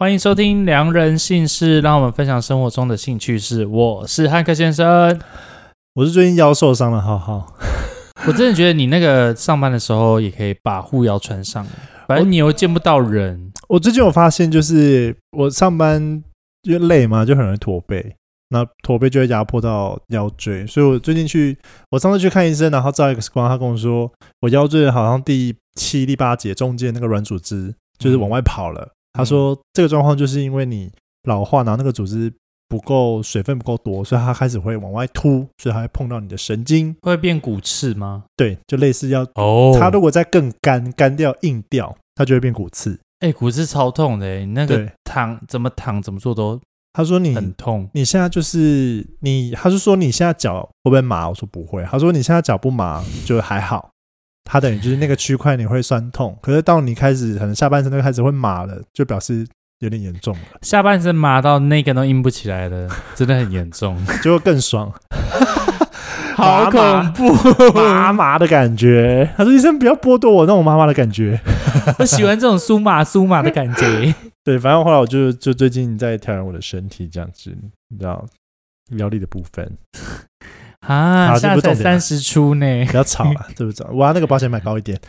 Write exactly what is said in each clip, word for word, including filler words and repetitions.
欢迎收听良人姓氏，让我们分享生活中的兴趣事。我是汉克先生， 我是最近腰受伤了，浩浩。 我真的觉得你那个上班的时候也可以把护腰穿上，反正你又见不到人。 我最近有发现，就是我上班就累嘛，就很容易驼背，那驼背就会压迫到腰椎，所以我最近去，我上次去看医生，然后照 X 光，他跟我说我腰椎好像第七、第八节中间那个软组织就是往外跑了。嗯、他说这个状况就是因为你老化，然后那个组织不够水分不够多，所以它开始会往外凸，所以它会碰到你的神经， 会变骨刺吗？ 对，就类似要哦， 它如果再更干干掉硬掉，它就会变骨刺。 哎、欸，骨刺超痛的，你那个躺怎么躺怎么做都。 他说你很痛， 你现在就是你，他是说你现在脚会不会麻？我说不会。他说你现在脚不麻就还好，他等于就是那个区块你会酸痛，可是到你开始可能下半身都开始会麻了，就表示有点严重了。 下半身麻到那个都硬不起来了，真的很严重， 就会更爽。 好恐怖， 麻麻的感觉。他说医生不要剥夺我那种麻麻的感觉， 我喜欢这种酥麻酥麻的感觉。 对，反正后来我就就最近在调养我的身体，这样子，你知道腰力的部分啊，现在才三十出呢， 不要吵了，对不对？我要那个保险买高一点。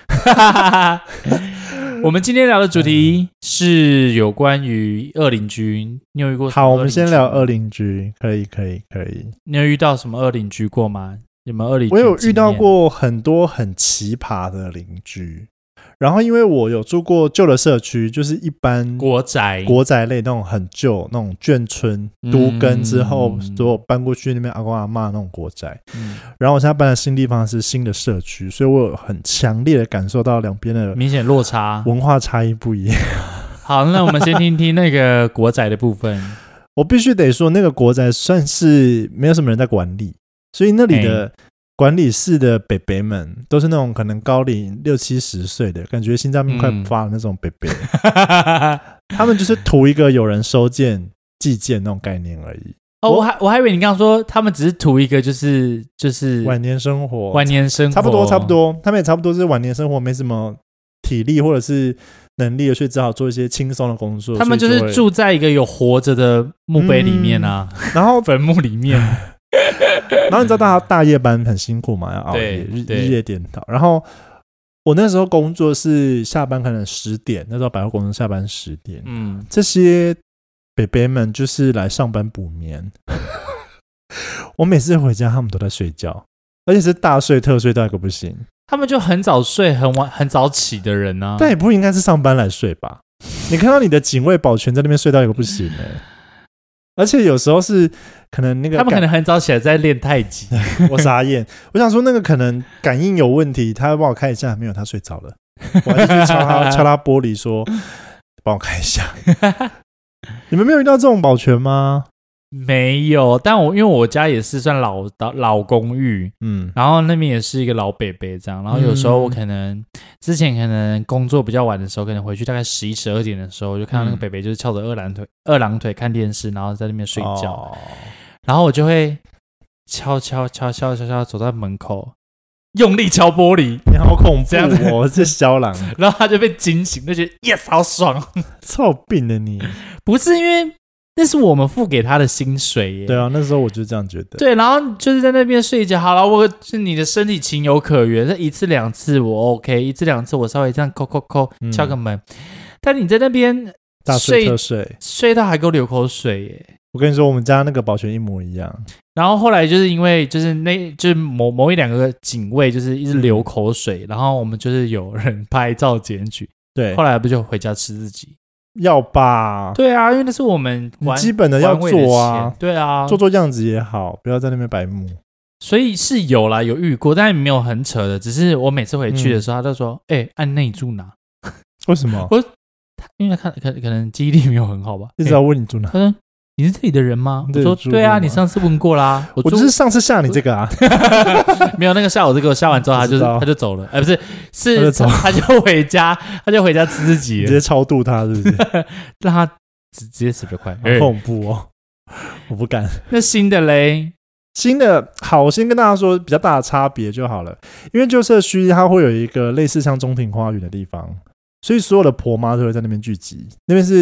我们今天聊的主题是有关于恶邻居，你有遇过什么好，我们先聊恶邻居，可以，可以，可以。 你有遇到什么恶邻居过吗？有没有恶邻居？ 我有遇到过很多很奇葩的邻居。然后因为我有住过旧的社区，就是一般国宅国宅类那种很旧那种眷村都更之后所有搬过去那边阿公阿嬷那种国宅、嗯、然后我现在搬的新地方是新的社区，所以我有很强烈的感受到两边的明显落差， 文化差异不一样。 好，那我们先听听那个国宅的部分。 我必须得说那个国宅算是没有什么人在管理，所以那里的管理室的北北们都是那种可能高龄六七十岁的，感觉心脏病快发的那种北北、嗯、他们就是图一个有人收件寄件那种概念而已。 哦，我还我还以为你刚刚说他们只是图一个就是就是晚年生活， 晚年生活差不多差不多，他们也差不多是晚年生活没什么体力或者是能力，所以只好做一些轻松的工作。 他们就是住在一个有活着的墓碑里面啊、嗯、 然后坟墓里面。 然后你知道大家大夜班很辛苦嘛，要熬夜日夜颠倒。然后我那时候工作是下班可能十点，那时候百货公司下班十点，嗯，这些北北们就是来上班补眠。我每次回家他们都在睡觉，而且是大睡特睡到一个不行。 他们就很早睡很晚很早起的人啊， 但也不应该是上班来睡吧？你看到你的警卫保全在那边睡到一个不行、欸、而且有时候是可能那个他们可能很早起来在练太极。 我傻眼，我想说那个可能感应有问题，他帮我看一下，没有，他睡着了。我还是去敲他敲他玻璃说帮我看一下。你们没有遇到这种保全吗？ 没有，但我因为我家也是算老老公寓，嗯，然后那边也是一个老北北这样，然后有时候我可能、嗯、之前可能工作比较晚的时候，可能回去大概十一十二点的时候，就看到那个北北就是翘着二郎腿、嗯、二郎腿看电视，然后在那边睡觉、哦，然后我就会敲敲敲敲敲敲走到门口，用力敲玻璃， 你好恐怖哦，我是小狼， 然后他就被惊醒，就觉得 yes 好爽， 臭病的你， 不是因为。那是我们付给他的薪水耶。 对啊，那时候我就这样觉得。 对，然后就是在那边睡觉。好了，我是你的身体情有可原，这一次两次我 OK， 一次两次我稍微这样扣扣扣敲个门、嗯，但你在那边大睡特睡， 睡到还给我流口水耶。 我跟你说，我们家那个保全一模一样。 然后后来就是因为就是那就是某某一两个警卫就是一直流口水、嗯，然后我们就是有人拍照检举。对，后来不就回家吃自己。 要吧， 对啊，因为那是我们基本的要做啊， 对啊， 做做样子也好，不要在那边白目。 所以是有啦，有遇过，但也没有很扯的，只是我每次回去的时候，嗯、他就说：“哎、欸，按内住哪？” 为什么？ 我因为他可可能记忆力没有很好吧， 一直要问你住哪。 他说：“你是这里的人吗？”我说：“对啊，你上次问过啦。我” 我就是上次吓你这个啊， 没有那个吓我这个，我吓完之后他就他就走了，哎、欸，不是，是他 就, 走他就回家，他就回家吃自己， 直接超度他，是不是？ 让他直直接死比较快， 好恐怖哦，我不敢。 那新的嘞？ 新的好，我先跟大家说比较大的差别就好了，因为旧社区它会有一个类似像中庭花园的地方，所以所有的婆妈都会在那边聚集，那边是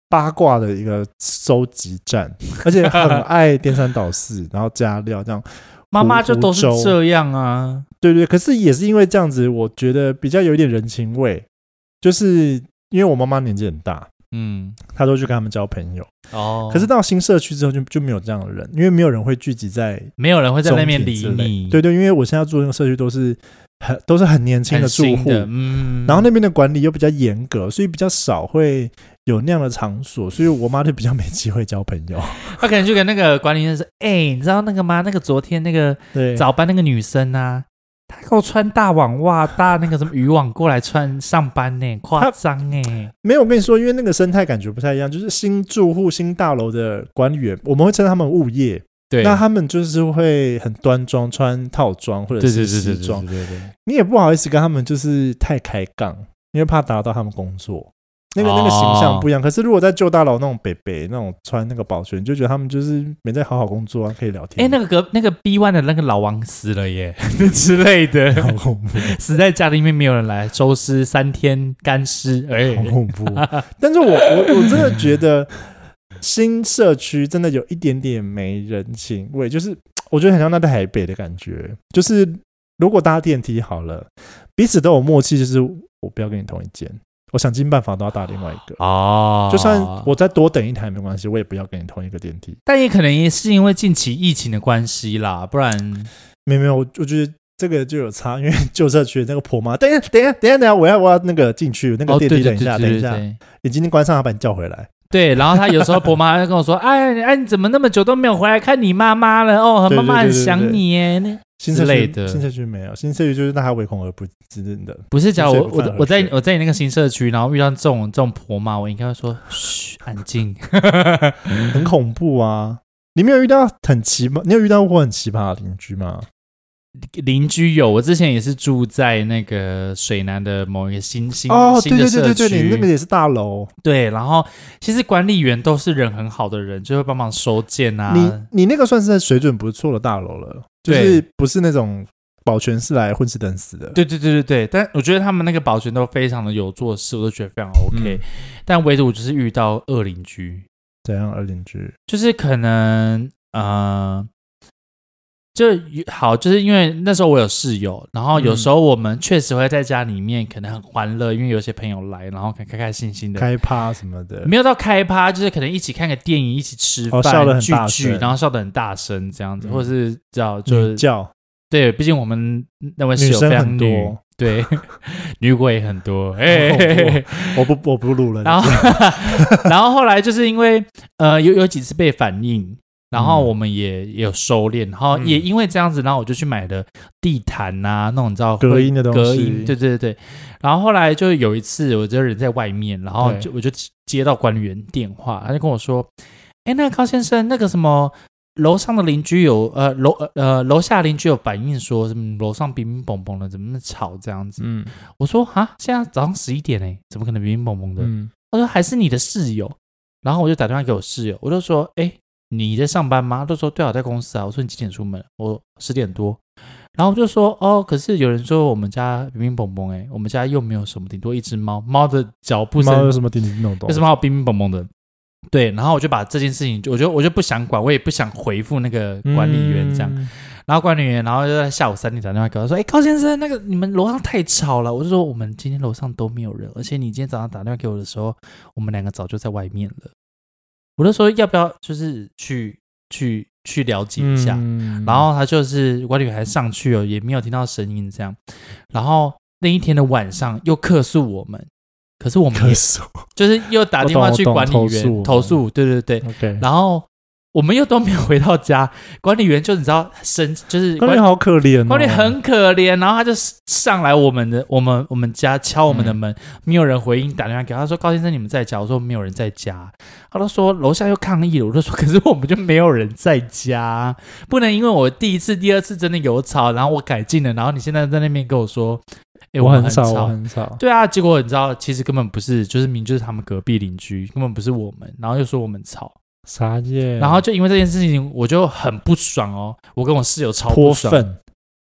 八卦的一个收集站，而且很爱颠三倒四，然后加料这样。 妈妈就都是这样啊， 对对，可是也是因为这样子，我觉得比较有一点人情味，就是因为我妈妈年纪很大，嗯，她都去跟他们交朋友哦。可是到新社区之后就就没有这样的人，因为没有人会聚集在， 没有人会在那边理你。 对对，因为我现在住的那个社区都是很都是很年轻的住户，嗯，然后那边的管理又比较严格，所以比较少会有那样的场所，所以我妈就比较没机会交朋友。 她可能就跟那个管理员说：“哎、欸，你知道那个吗？那个昨天那个早班那个女生啊，她给我穿大网袜、大那个什么渔网过来穿上班呢，夸张哎！ 没有，我跟你说，因为那个生态感觉不太一样，就是新住户、新大楼的管理员，我们会称他们物业。”对，那他们就是会很端庄，穿套装或者是西装，对对对，你也不好意思跟他们就是太开杠，因为怕打扰到他们工作。那个、哦、那个形象不一样。可是如果在旧大楼那种北北那种穿那个保全，就觉得他们就是没在好好工作啊，可以聊天。 哎，那个隔那个 B 一 的那个老王死了耶之类的， 好恐怖！ 死在家里面没有人来收尸，三天干尸，哎， 好恐怖。但是我我我真的觉得。新社区真的有一点点没人情味，就是我觉得很像那在台北的感觉，就是如果搭电梯好了，彼此都有默契，就是我不要跟你同一间，我想尽办法都要搭另外一个哦，就算我再多等一台没关系，我也不要跟你同一个电梯。 但也可能也是因为近期疫情的关系啦，不然没有没有，我我觉得这个就有差，因为旧社区的那个婆妈，等一下等一下等一下等一下，我要我要那个进去那个电梯，等一下、哦、等一下，你今天关上，要把你叫回来。 对，然后他有时候婆妈会跟我说：“哎哎，你怎么那么久都没有回来看你妈妈了？哦，妈妈很想你耶。”之类的。 新社区没有，新社区就是让他唯恐而不之的。 不是，假如我我我在我在你那个新社区，然后遇到这种这种婆妈，我应该会说：“嘘，安静。” 很恐怖啊！你没有遇到很奇葩？你有遇到过很奇葩的邻居吗？ 邻居有，我之前也是住在那个水南的某一个新新哦， 新的社区， 对对对对，你那个也是大楼， 对。然后其实管理员都是人很好的人，就会帮忙收件啊。 你你那个算是水准不错的大楼了，就是不是那种保全是来混吃等死的。 对对对对对，但我觉得他们那个保全都非常的有做事，我都觉得非常 OK、嗯。但唯独就是遇到恶邻居， 怎样恶邻居？ 就是可能呃。就好，就是因为那时候我有室友，然后有时候我们确实会在家里面可能很欢乐，因为有些朋友来，然后可能开开心心的开趴什么的， 没有到开趴，就是可能一起看个电影，一起吃饭， 哦、笑得很大聚聚，然后笑得很大声这样子，嗯、或者是叫就是叫， 对，毕竟我们那位室友非常女，对，女鬼也很多，哎、欸， 我不我不录了， 然后然后后来就是因为呃有有几次被反映。然后我们也也有收敛，然后也因为这样子，然后我就去买了地毯啊，那种你知道隔音的东西， 隔音，对对对。然后后来就有一次，我这人在外面，然后就我就接到管理员电话，他就跟我说：“哎，那个高先生，那个什么楼上的邻居有呃楼呃楼下邻居有反映说什么楼上乒乒乓乓的，怎么那么吵这样子？”嗯，我说：“哈，现在早上十一点哎，怎么可能乒乒乓乓的？”嗯，他说：“还是你的室友。”然后我就打电话给我室友，我就说：“哎。”你在上班吗？他说对啊，我在公司啊。我说你几点出门？我十点多。然后我就说哦，可是有人说我们家乒乒乓乓哎，我们家又没有什么，顶多一只猫，猫的脚步声， 猫有什么叮叮咚咚， 有什么好乒乒乓乓的？对，然后我就把这件事情，我就我就不想管，我也不想回复那个管理员这样。嗯、然后管理员，然后就在下午三点打电话给我说，哎，高先生，那个你们楼上太吵了。我就说我们今天楼上都没有人，而且你今天早上打电话给我的时候，我们两个早就在外面了。我就说要不要就是去去去了解一下、嗯、然后他就是管理员还上去了，也没有听到声音这样。然后那一天的晚上又客诉我们，可是我们也就是又打电话去管理员投诉，对对对、okay. 然后我们又都没有回到家，管理员就你知道生就是管理员好可怜、哦， 管理员很可怜，然后他就上来我们的我们我们家敲我们的门、嗯，没有人回应，打电话给他说高先生你们在家，我说没有人在家，他都说楼下又抗议了，我就说可是我们就没有人在家，不能因为我第一次第二次真的有吵，然后我改进了，然后你现在在那边跟我说。欸、 我很吵，我很吵。 对啊，结果你知道，其实根本不是，就是明明就是他们隔壁邻居，根本不是我们，然后又说我们吵。 傻眼， 然后就因为这件事情我就很不爽哦，我跟我室友超不爽，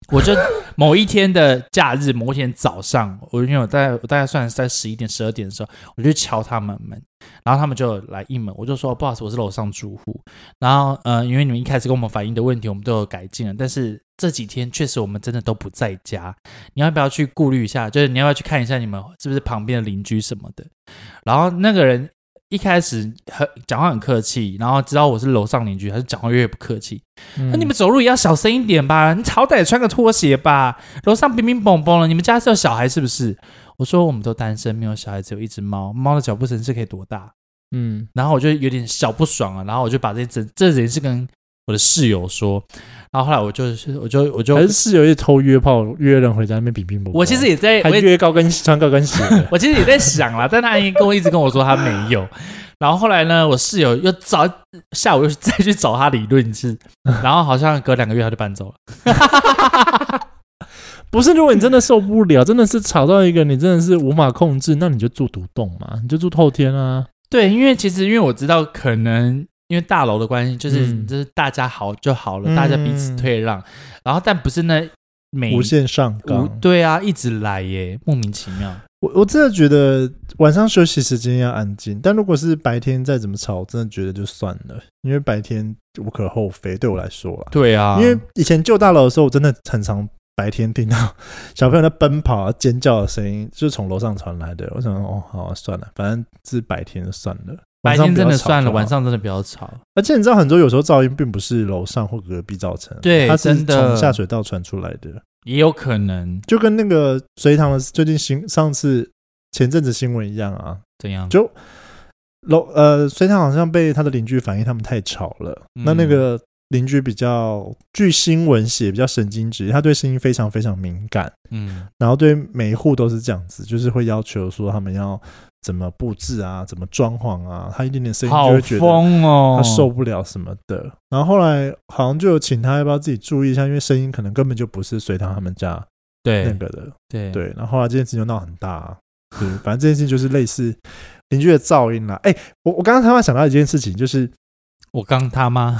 我就某一天的假日，某一天早上，我因为我大概我大概算在十一点、十二点的时候，我就敲他们门，然后他们就来应门，我就说不好意思，我是楼上住户。然后呃，因为你们一开始跟我们反映的问题，我们都有改进了，但是这几天确实我们真的都不在家，你要不要去顾虑一下？就是你要不要去看一下你们是不是旁边的邻居什么的？然后那个人一开始很讲话很客气，然后知道我是楼上邻居，他就讲话越来越不客气。那、嗯、你们走路也要小声一点吧，你好歹也穿个拖鞋吧。楼上冰冰蹦蹦了，你们家是有小孩是不是？我说我们都单身，没有小孩，只有一只猫，猫的脚步声是可以多大？嗯，然后我就有点小不爽啊，然后我就把这这这件事跟我的室友说，然后后来我就我就我就还是室友一直偷约炮，约人回家那边冰冰蹦蹦。 我其实也在， 还约高跟穿高跟鞋。 我其实也在想啦，但他跟我一直跟我说他没有。然后后来呢，我室友又找下午又再去找他理论一次，然后好像隔两个月他就搬走了。 不是，如果你真的受不了，真的是吵到一个你真的是无法控制，那你就住独栋嘛，你就住透天啊。 对，因为其实因为我知道可能因为大楼的关系，就是、嗯、就是大家好就好了，嗯、大家彼此退让，然后但不是那每无限上纲， 对啊，一直来耶，莫名其妙。 我我真的觉得晚上休息时间要安静，但如果是白天再怎么吵，我真的觉得就算了，因为白天无可厚非，对我来说啦。 对啊， 因为以前旧大楼的时候，我真的很常白天听到小朋友在奔跑、尖叫的声音，就是从楼上传来的。我想说，哦，好、啊，算了，反正是白天就算了。 白天真的算了，晚上真的不要吵。 而且你知道，很多有时候噪音并不是楼上或隔壁造成的， 对， 它是从下水道传出来的， 也有可能。 就跟那个隋唐的最近新上次前阵子新闻一样啊， 怎样？ 就楼呃，隋唐好像被他的邻居反映他们太吵了，嗯、那那个邻居比较据新闻写比较神经质，他对声音非常非常敏感，嗯，然后对每一户都是这样子，就是会要求说他们要怎么布置啊，怎么装潢啊，他一点点声音就会觉得他受不了什么的。哦、然后后来好像就有请他要不要自己注意一下，因为声音可能根本就不是隋唐他们家那个的， 对对, 对。然后后来这件事情就闹很大、啊，对，反正这件事情就是类似邻居的噪音啦。哎、欸，我我刚刚他妈想到一件事情，就是我刚他妈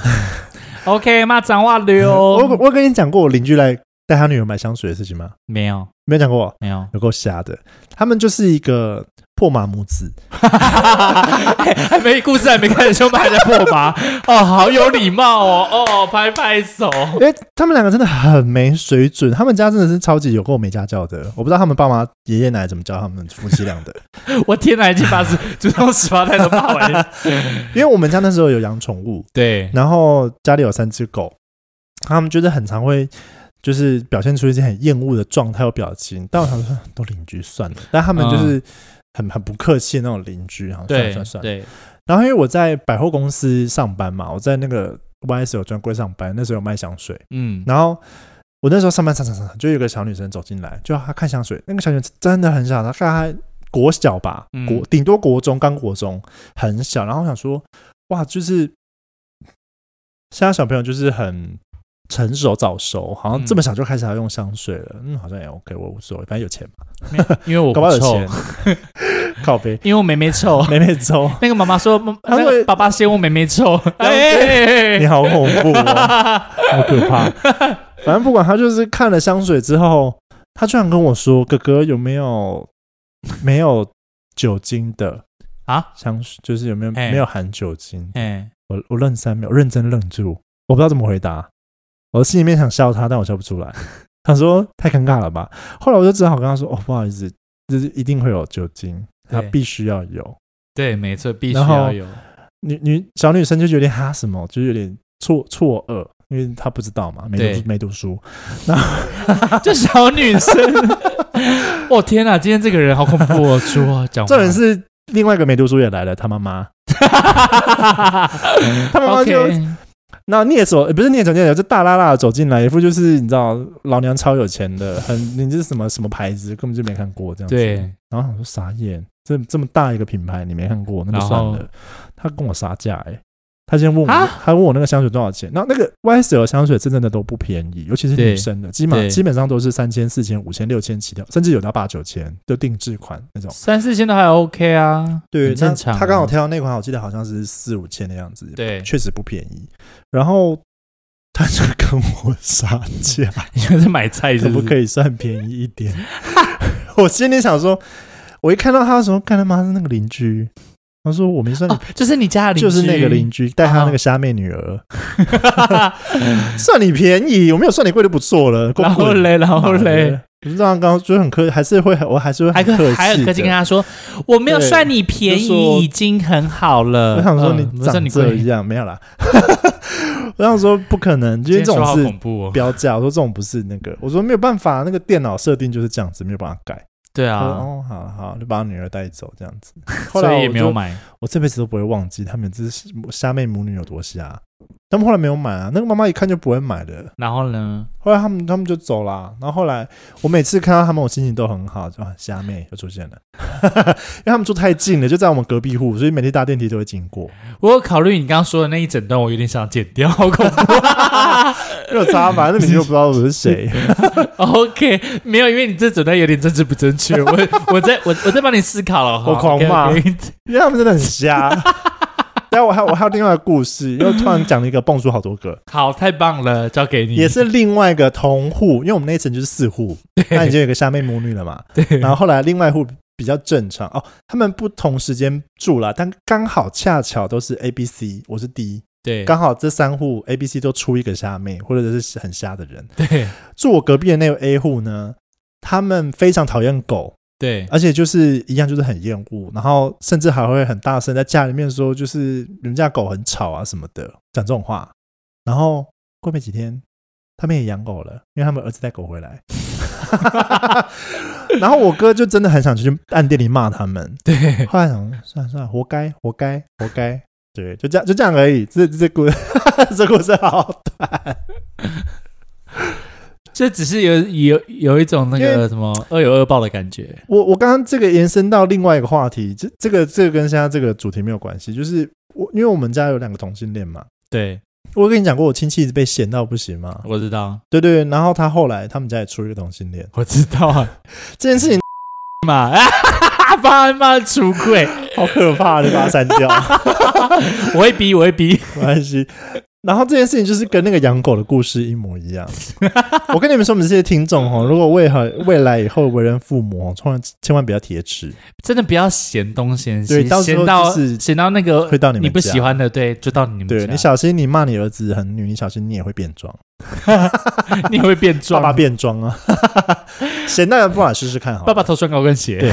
，OK， 骂脏话溜。 我我跟你讲过我邻居来带他女儿买香水的事情吗？ 没有， 没有讲过， 没有， 有够瞎的。他们就是一个破麻母子， 还没故事还没开始就骂人家破麻哦，好有礼貌哦，哦，拍拍手。 因为他们两个真的很没水准，他们家真的是超级有够没家教的。我不知道他们爸妈爷爷奶奶怎么教他们夫妻俩的。 我天哪，已经把祖宗十八代都骂完了。 因为我们家那时候有养宠物， 对， 然后家里有三只狗，他们就是很常会。就是表现出一些很厌恶的状态或表情，但我想说都邻居算了，但他们就是很很不客气的那种邻居，然后算了算了算了。对。然后因为我在百货公司上班嘛，我在那个 Y S L 专柜上班，那时候有卖香水，嗯，然后我那时候上班上上上，就有个小女生走进来，就她看香水，那个小女生真的很小，她看她国小吧，嗯、国顶多国中，刚国中，很小。然后我想说，哇，就是现在小朋友就是很。成熟早熟，好像这么小就开始要用香水了，嗯，好像也 OK， 我无所谓，反正有钱嘛， 因为我不臭，有钱靠背， 因为我妹妹臭， 妹妹臭。 那个妈妈说，那个爸爸嫌我妹妹臭， 哎，你好恐怖哦，好可怕。反正不管他，就是看了香水之后，他居然跟我说：“哥哥，有没有没有酒精的啊香水？就是有没有没有含酒精？”哎，我我愣三秒，认真愣住，我不知道怎么回答。我心里面想笑他，但我笑不出来。他说太尴尬了吧？后来我就只好跟他说：“哦，不好意思，就是一定会有酒精，他必须要有。” 对，没错，必须要有。 女女小女生就有点哈什么，就有点错错愕，因为她不知道嘛，没读没读书。然后就小女生，我、哦、天哪！今天这个人好恐怖哦，猪啊！讲这人是另外一个没读书也来了，他妈妈，他妈妈就。Okay.那蹑手不是蹑手蹑脚，就大拉拉的走进来，一副就是你知道老娘超有钱的，很你这是什么什么牌子，根本就没看过这样子。 对， 然后我说傻眼，这这么大一个品牌你没看过，那就算了。他跟我杀价哎、欸，他先问我，他问我那个香水多少钱，然后那个 Y S L 香水真的都不便宜，尤其是女生的，基本基本上都是三千、四千、五千、六千起跳，甚至有到八九千，就定制款那种。 三四千都还 OK 啊， 对， 正常。 他刚好挑到那款，我记得好像是四五千的样子， 对， 确实不便宜。然后他就跟我杀价， 你们在买菜是不是？ 可不可以算便宜一点？我心里想说，我一看到他的时候，干他妈是那个邻居。他说我没算你、 哦，就是你家的邻居， 就是那个邻居带他那个虾妹女儿，哦、算你便宜，我没有算你贵就不错了。 然后嘞，然后嘞， 不是这样，刚刚就很客，还是会，我还是会很客气， 还很客气跟他说，我没有算你便宜，已经很好了。 我想说你长这样、嗯、没有啦。我想说不可能，因为这种是标价。我说这种不是那个，我说没有办法，那个电脑设定就是这样子，没有办法改。对啊，哦，好好，就把女儿带走这样子。后来我所以也没有买，我这辈子都不会忘记他们这虾妹母女有多瞎。他们后来没有买啊，那个妈妈一看就不会买的。然后呢？后来他们他们就走啦。然后后来我每次看到他们，我心情都很好，就虾妹就出现了，因为他们住太近了，就在我们隔壁户，所以每天搭电梯都会经过。我有考虑你刚刚说的那一整段，我有点想剪掉，好恐怖。没有差吧？那你就不知道我是谁。OK， 没有，因为你这整段有点政治不正确。我我在我我在帮你思考了，我狂骂， okay, okay. 因为他们真的很瞎。但我还我还有另外一个故事，因为突然讲了一个蹦出好多个，好，太棒了，交给你。也是另外一个同户，因为我们那一层就是四户，那已经有一个虾妹母女了嘛。对。然后后来另外一户比较正常哦，他们不同时间住啦，但刚好恰巧都是 A、B、C， 我是 D， 对，刚好这三户 A、B、C 都出一个虾妹，或者是很瞎的人。对。住我隔壁的那个 A 户呢，他们非常讨厌狗。对，而且就是一样，就是很厌恶，然后甚至还会很大声在家里面说，就是人家狗很吵啊什么的，讲这种话。然后过没几天，他们也养狗了，因为他们儿子带狗回来。然后我哥就真的很想去暗店里骂他们。对，后来想算了算了，活该，活该，活该。对，就这样，就这样而已。这这故事，这故事好短。这只是有有有一种那个什么恶有恶报的感觉。我我刚刚这个延伸到另外一个话题，这这个这个跟现在这个主题没有关系，就是我因为我们家有两个同性恋嘛。对，我跟你讲过，我亲戚一直被嫌到不行嘛。我知道。对对，然后他后来他们家也出一个同性恋。我知道啊，这件事情嘛，爸妈出柜，好可怕，你把它删掉。我会逼，我会逼，没关系。然后这件事情就是跟那个养狗的故事一模一样。我跟你们说，我们这些听众哦，如果未来未来以后为人父母哦，千万千万不要铁齿，真的不要嫌东嫌西，对，到时候就是嫌到那个会到你们家你不喜欢的，对，就到你们家。对，你小心，你骂你儿子很女，你小心你也会变装，你也会变装，爸爸变装啊！嫌那个不然试试看好了，爸爸偷穿高跟鞋。对，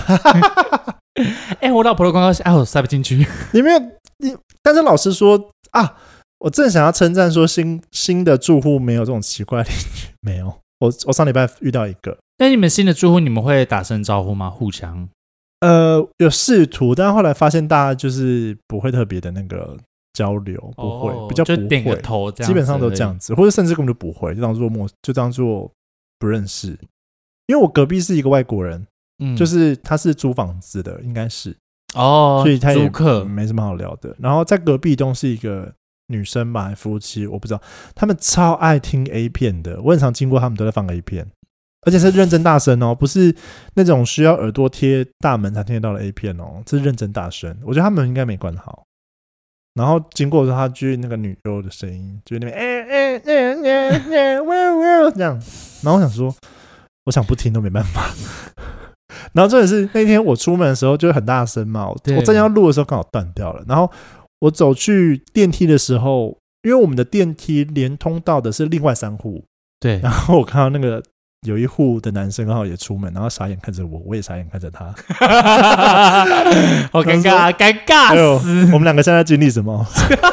哎、欸，我老婆的高跟鞋，哎，我塞不进去。你没有你，但是老实说啊。我正想要称赞说新新的住户没有这种奇怪的邻居，没有。我我上礼拜遇到一个。那你们新的住户，你们会打声招呼吗？互相？呃，有试图，但后来发现大家就是不会特别的那个交流，不会，哦、比较不会，就点个头这样，基本上都这样子，或者甚至根本就不会，就当做陌，就当做不认识。因为我隔壁是一个外国人，嗯，就是他是租房子的，应该是哦，所以他也没什么好聊的。然后在隔壁栋是一个。女生吧，还夫妻，我不知道。他们超爱听 A 片的，我很常经过，他们都在放 A 片，而且是认真大声哦，不是那种需要耳朵贴大门才听得到的 A 片哦，这是认真大声。我觉得他们应该没关好。然后经过的时候，他就是那个女优的声音，就是那边哎哎哎哎哎喂喂这样。然后我想说，我想不听都没办法。然后重点是那天我出门的时候就很大声嘛，我正要录的时候刚好断掉了，然后。我走去电梯的时候，因为我们的电梯连通到的是另外三户，对。然后我看到那个有一户的男生刚好也出门，然后傻眼看着我，我也傻眼看着他，好尴尬，尴尬死！我们两个现在经历什么？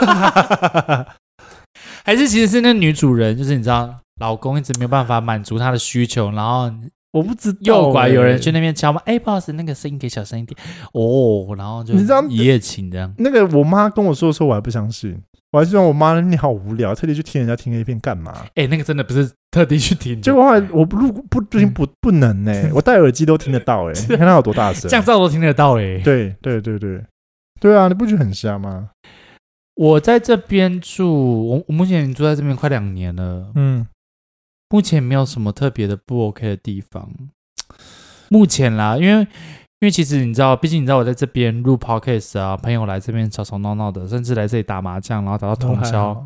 还是其实是那女主人，就是你知道，老公一直没有办法满足她的需求，然后。我不知道、欸，诱拐有人去那边敲门，哎、欸，不好意思，那个声音可以小声一点哦，然后就你知道一夜情这样。那个我妈跟我说的时候，我还不相信，我还是说我妈你好无聊，特地去听人家听 A 片干嘛？哎、欸，那个真的不是特地去听，结果后来我不不不不不能呢、欸，我戴耳机都听得到哎、欸，你看它有多大声，降噪都听得到哎、欸。对对对对对啊，你不觉得很瞎吗？我在这边住，我我目前住在这边快两年了，嗯。目前没有什么特别的不 OK 的地方，目前啦，因为因为其实你知道，毕竟你知道我在这边录 podcast 啊，朋友来这边吵吵闹闹的，甚至来这里打麻将，然后打到通宵，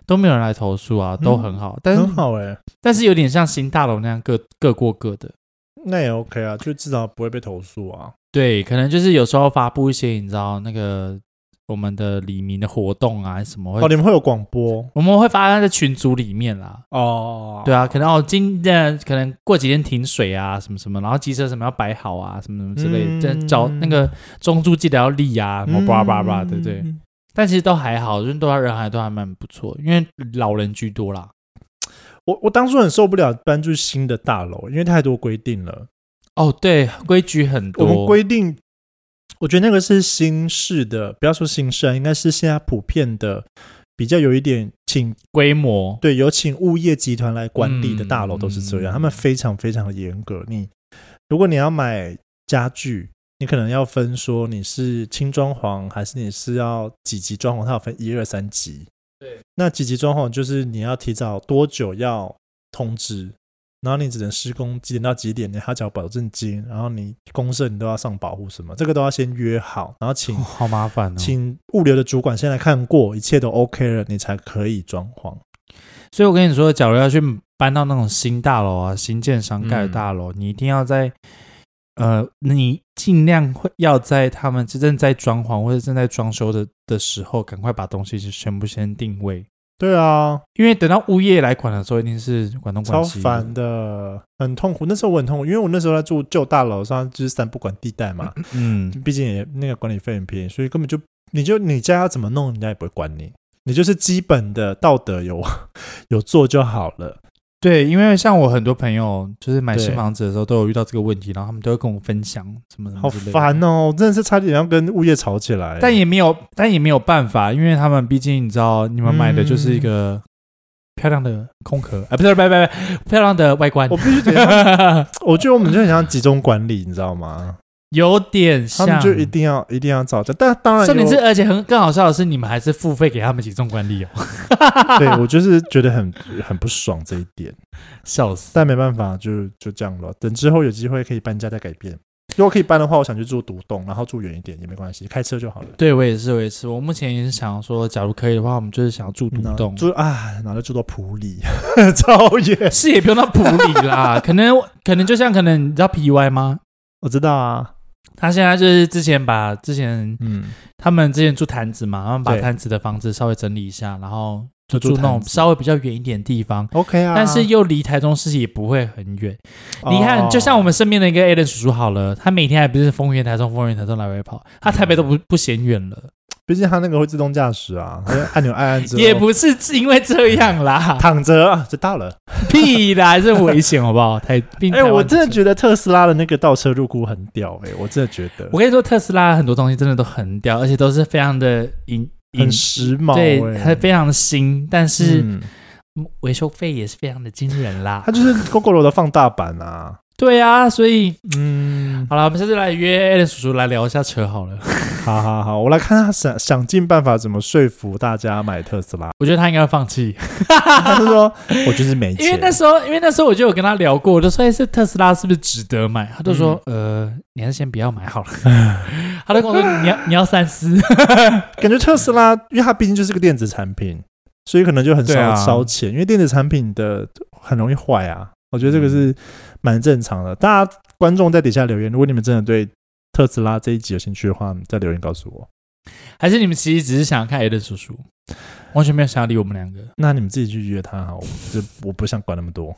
都没有人来投诉啊，都很好，嗯、但是很好哎、欸， 但是有点像新大楼那样各各过各的， 那也 OK 啊，就至少不会被投诉啊。 对，可能就是有时候发布一些你知道那个我们的里民的活动啊什么会， 哦，你们会有广播， 我们会发在群组里面啦。 哦， 对啊，可能哦今天可能过几天停水啊什么什么，然后机车什么要摆好啊什么什么之类的，嗯、找那个中柱记得要立啊，什么巴拉巴拉，对不对？嗯但其实都还好，就是都人还都还蛮不错，因为老人居多啦。 我我当初很受不了搬住新的大楼，因为太多规定了。 哦，对，规矩很多。 我们规定，我觉得那个是新式的，不要说新式，应该是现在普遍的，比较有一点请规模， 对，有请物业集团来管理的大楼都是这样，嗯、他们非常非常的严格。你如果你要买家具。你可能要分说你是轻装潢还是你是要几级装潢，它有分一二三级。 对， 那几级装潢就是你要提早多久要通知，然后你只能施工几点到几点，你还要缴保证金，然后你公设你都要上保护什么，这个都要先约好，然后请、哦、 好麻烦哦， 请物流的主管先来看过，一切都 OK 了，你才可以装潢。 所以我跟你说，假如要去搬到那种新大楼啊，新建商盖的大楼，嗯、你一定要在。呃，你尽量会要在他们正在装潢或者正在装修的的时候，赶快把东西就全部先定位。 对啊， 因为等到物业来管的时候，一定是管东管西， 超烦的，很痛苦。那时候我很痛苦，因为我那时候在住旧大楼上，就是三不管地带嘛，嗯，毕竟也那个管理费很便宜，所以根本就你就你家要怎么弄，人家也不会管你，你就是基本的道德有有做就好了。 对，因为像我很多朋友就是买新房子的时候都有遇到这个问题，然后他们都会跟我分享什么什么之类的。 好烦哦，真的是差点要跟物业吵起来。 但也没有，但也没有办法，因为他们毕竟你知道，你们买的就是一个漂亮的空壳，哎、嗯，不是，不不不，漂亮的外观。 我必须得，我觉得我们就很像集中管理，你知道吗？ 有点像， 他们就一定要一定要照着，但当然重点是，而且很更好笑的是，你们还是付费给他们集中管理哦。 对，我就是觉得很很不爽这一点， 笑死。 但没办法，就就这样了。等之后有机会可以搬家再改变。如果可以搬的话，我想去住独栋，然后住远一点也没关系，开车就好了。 对，我也是，我也是。我目前也是想说，假如可以的话，我们就是想要住独栋， 住啊，然后就住到埔里，超远。 是也不用到埔里啦，可能可能就像可能你知道 P Y 吗？ 我知道啊。 他现在就是之前把之前，嗯，他们之前住潭子嘛，他们把潭子的房子稍微整理一下，然后就住那种稍微比较远一点的地方 ，OK 啊， 但是又离台中市也不会很远。哦、你看，就像我们身边的一个 Alan 叔叔好了，他每天还不是丰原台中、丰原台中来回跑，他台北都不不嫌远了。 毕竟他那个会自动驾驶啊，他按钮按按之后也不是因为这样啦， 躺着啊就到了， 屁啦，还是危险好不好？台哎、 欸，我真的觉得特斯拉的那个倒车入库很屌哎、欸，我真的觉得。 我跟你说，特斯拉很多东西真的都很屌，而且都是非常的引很时髦、 欸，对，还非常的新，但是维修费也是非常的惊人啦。 它就是 Gogoro 的放大版啊。 对啊，所以嗯，好了，我们下次来约 Alan 叔叔来聊一下车好了。 好好好，我来看他想想尽办法怎么说服大家买特斯拉。 我觉得他应该会放弃。 他是说，我就是没钱。 因为那时候，因为那时候我就有跟他聊过，我就说：“哎，是特斯拉是不是值得买？”他就说：“嗯、呃，你还是先不要买好了。”他就跟我说：“你要你要三思。” 感觉特斯拉，因为它毕竟就是个电子产品，所以可能就很少烧钱、啊，因为电子产品的很容易坏啊。我觉得这个是蛮正常的。大家观众在底下留言，如果你们真的对特斯拉这一集有兴趣的话，再留言告诉我。 还是你们其实只是想要看 Alan 叔叔，完全没有想要理我们两个？ 那你们自己去约他好，我就我不想管那么多。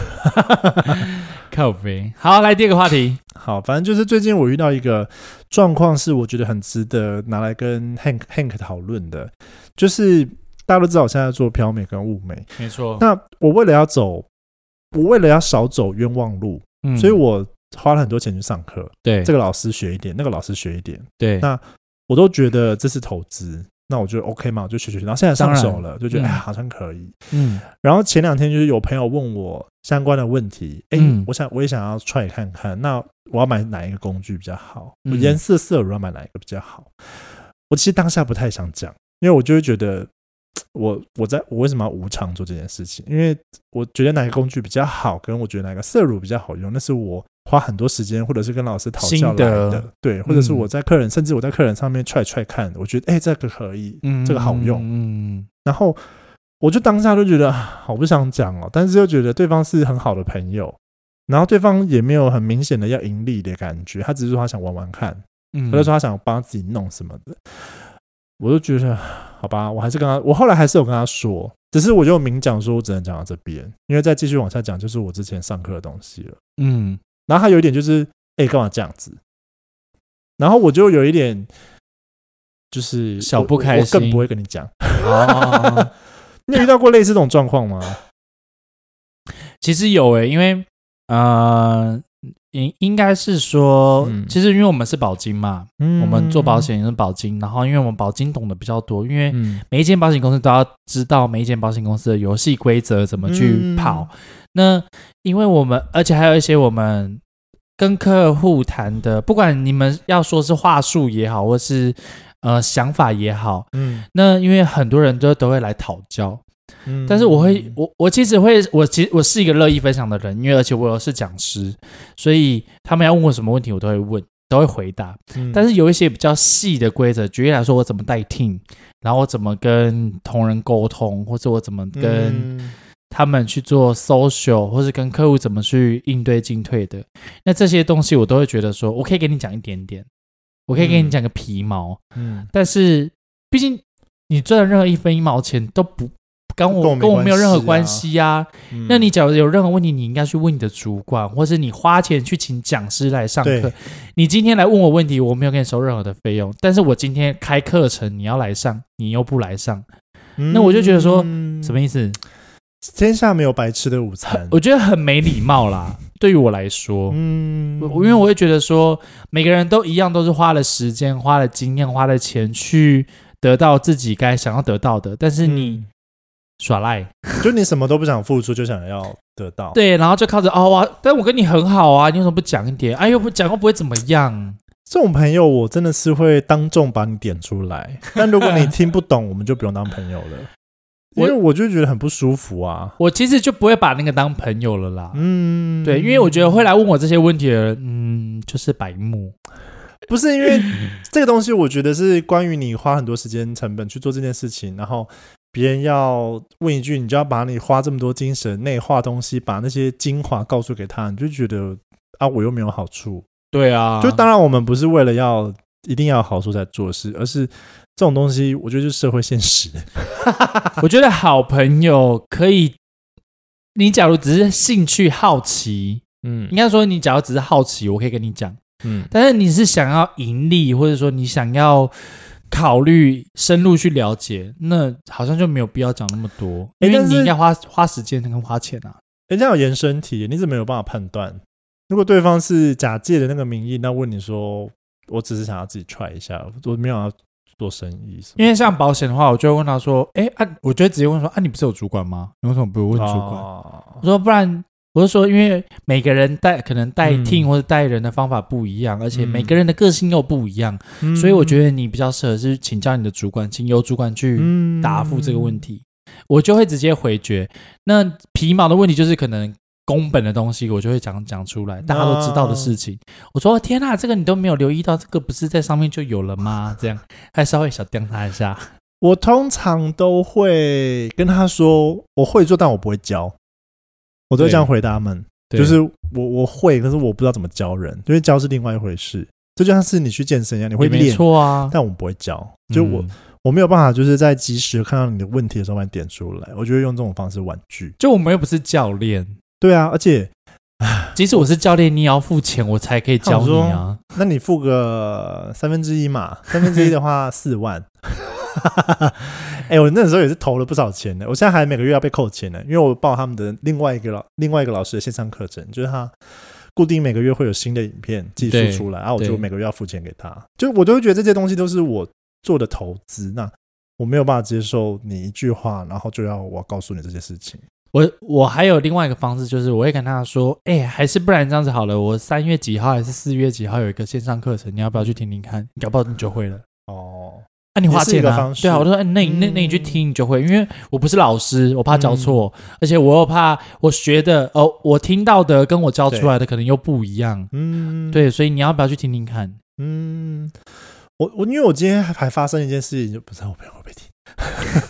靠北。好，来第二个话题。 好，反正就是最近我遇到一个状况，是我觉得很值得拿来跟 Hank Hank 讨论的，就是大家都知道我现在做漂美跟雾美， 没错。 那我为了要走。我为了要少走冤枉路、嗯，所以我花了很多钱去上课。 对， 这个老师学一点，那个老师学一点。 对， 那我都觉得这是投资，那我就 OK 嘛，我就学学学。然后现在上手了，就觉得、嗯、哎，好像可以。嗯。然后前两天就是有朋友问我相关的问题，哎、嗯，我想我也想要 try 看看，那我要买哪一个工具比较好？嗯、我颜色色乳要买哪一个比较好？我其实当下不太想讲，因为我就会觉得。我我在我为什么要无偿做这件事情？因为我觉得哪个工具比较好，跟我觉得哪个色乳比较好用，那是我花很多时间或者是跟老师讨教来的，对，或者是我在客人，嗯、甚至我在客人上面踹踹看，我觉得哎、欸，这个可以，嗯、这个好用，嗯，然后我就当下就觉得好不想讲哦，但是又觉得对方是很好的朋友，然后对方也没有很明显的要盈利的感觉，他只是说他想玩玩看，嗯，或者说他想帮自己弄什么的，我就觉得好吧，我还是跟他，我后来还是有跟他说，只是我就明讲说我只能讲到这边，因为再继续往下讲就是我之前上课的东西了，嗯，然后他有一点就是哎干嘛这样子，然后我就有一点就是小不开心， 我更不会跟你讲。哦，你有遇到过类似这种状况吗？ 其实有诶、欸，因为呃，应应该是说、嗯，其实因为我们是保金嘛，嗯、我们做保险也是保金，然后因为我们保金懂得比较多，因为每一间保险公司都要知道每一间保险公司的游戏规则怎么去跑。嗯、那因为我们，而且还有一些我们跟客户谈的，不管你们要说是话术也好，或是呃想法也好，嗯，那因为很多人都都会来讨教。嗯、但是我会，我我其实会，我其实我是一个乐意分享的人，因为而且我又是讲师，所以他们要问我什么问题，我都会问，都会回答。嗯、但是有一些比较细的规则，举例来说，我怎么带 team， 然后我怎么跟同仁沟通，或者我怎么跟他们去做 social， 或是跟客户怎么去应对进退的，那这些东西我都会觉得说，我可以给你讲一点点，我可以给你讲个皮毛，嗯，但是毕竟你赚的任何一分一毛钱都不。跟我跟我没有任何关系啊、嗯、那你假如有任何问题你应该去问你的主管，或是你花钱去请讲师来上课，你今天来问我问题我没有跟你收任何的费用，但是我今天开课程你要来上你又不来上、嗯、那我就觉得说什么意思， 天下没有白吃的午餐， 我觉得很没礼貌啦对于我来说，嗯，因为我会觉得说每个人都一样，都是花了时间花了经验花了钱去得到自己该想要得到的，但是你、嗯耍赖， 就你什么都不想付出，就想要得到。 对，然后就靠着哦哇，但我跟你很好啊，你为什么不讲一点？哎，又不讲又不会怎么样。 这种朋友，我真的是会当众把你点出来。但如果你听不懂，我们就不用当朋友了，因为我就觉得很不舒服啊。 我其实就不会把那个当朋友了啦。嗯，对，因为我觉得会来问我这些问题的人，嗯，就是白目。 不是因为这个东西，我觉得是关于你花很多时间成本去做这件事情，然后别人要问一句，你就要把你花这么多精神内化东西，把那些精华告诉给他，你就觉得啊，我又没有好处。 对啊， 就当然我们不是为了要一定要有好处才做事，而是这种东西，我觉得就是社会现实。 我觉得好朋友可以，你假如只是兴趣好奇，嗯，应该说你假如只是好奇，我可以跟你讲。嗯，但是你是想要盈利，或者说你想要考虑深入去了解，那好像就没有必要讲那么多，因为你应该花花时间跟花钱啊。 人家有延伸题，你怎么有办法判断？如果对方是假借的那个名义，那问你说，我只是想要自己 try 一下，我没有要做生意。因为像保险的话，我就会问他说，哎、啊，我就会直接问说，啊，你不是有主管吗？你为什么不问主管？哦、我说不然。我是说，因为每个人带可能带 team 或者带人的方法不一样，嗯、而且每个人的个性又不一样，嗯、所以我觉得你比较适合是请教你的主管，请由主管去答复这个问题。嗯、我就会直接回绝。那皮毛的问题就是可能公本的东西，我就会讲讲出来，大家都知道的事情。啊、我说天哪，这个你都没有留意到，这个不是在上面就有了吗？这样还稍微小刁他一下。 我通常都会跟他说，我会做，但我不会教。我都会这样回答他们，就是我我会，可是我不知道怎么教人，因为教是另外一回事。这就像是你去健身一样，你会练， 没错啊， 但我不会教，就我、嗯、我没有办法，就是在及时看到你的问题的时候把你点出来，我就会用这种方式婉拒。 就我们又不是教练， 对啊，而且即使我是教练，你也要付钱，我才可以教你啊。 那你付个三分之一嘛，三分之一的话四万。哎、欸，我那时候也是投了不少钱的，我现在还每个月要被扣钱呢，因为我报他们的另外一个老另外一个老师的线上课程，就是他固定每个月会有新的影片技术出来，然后、啊、我就每个月要付钱给他，就我都会觉得这些东西都是我做的投资，那我没有办法接受你一句话，然后就要我告诉你这些事情。 我我还有另外一个方式，就是我会跟他说，哎、欸，还是不然这样子好了，我三月几号还是四月几号有一个线上课程，你要不要去听听看？搞不好你就会了。哦。啊、你花钱啊？对啊，我说，欸、那你那那你去听，你就会，因为我不是老师，我怕教错，嗯、而且我又怕我学的哦，我听到的跟我教出来的可能又不一样，嗯，对，所以你要不要去听听看？ 嗯，我我因为我今天还发生一件事情，就不知道我朋友会不会听，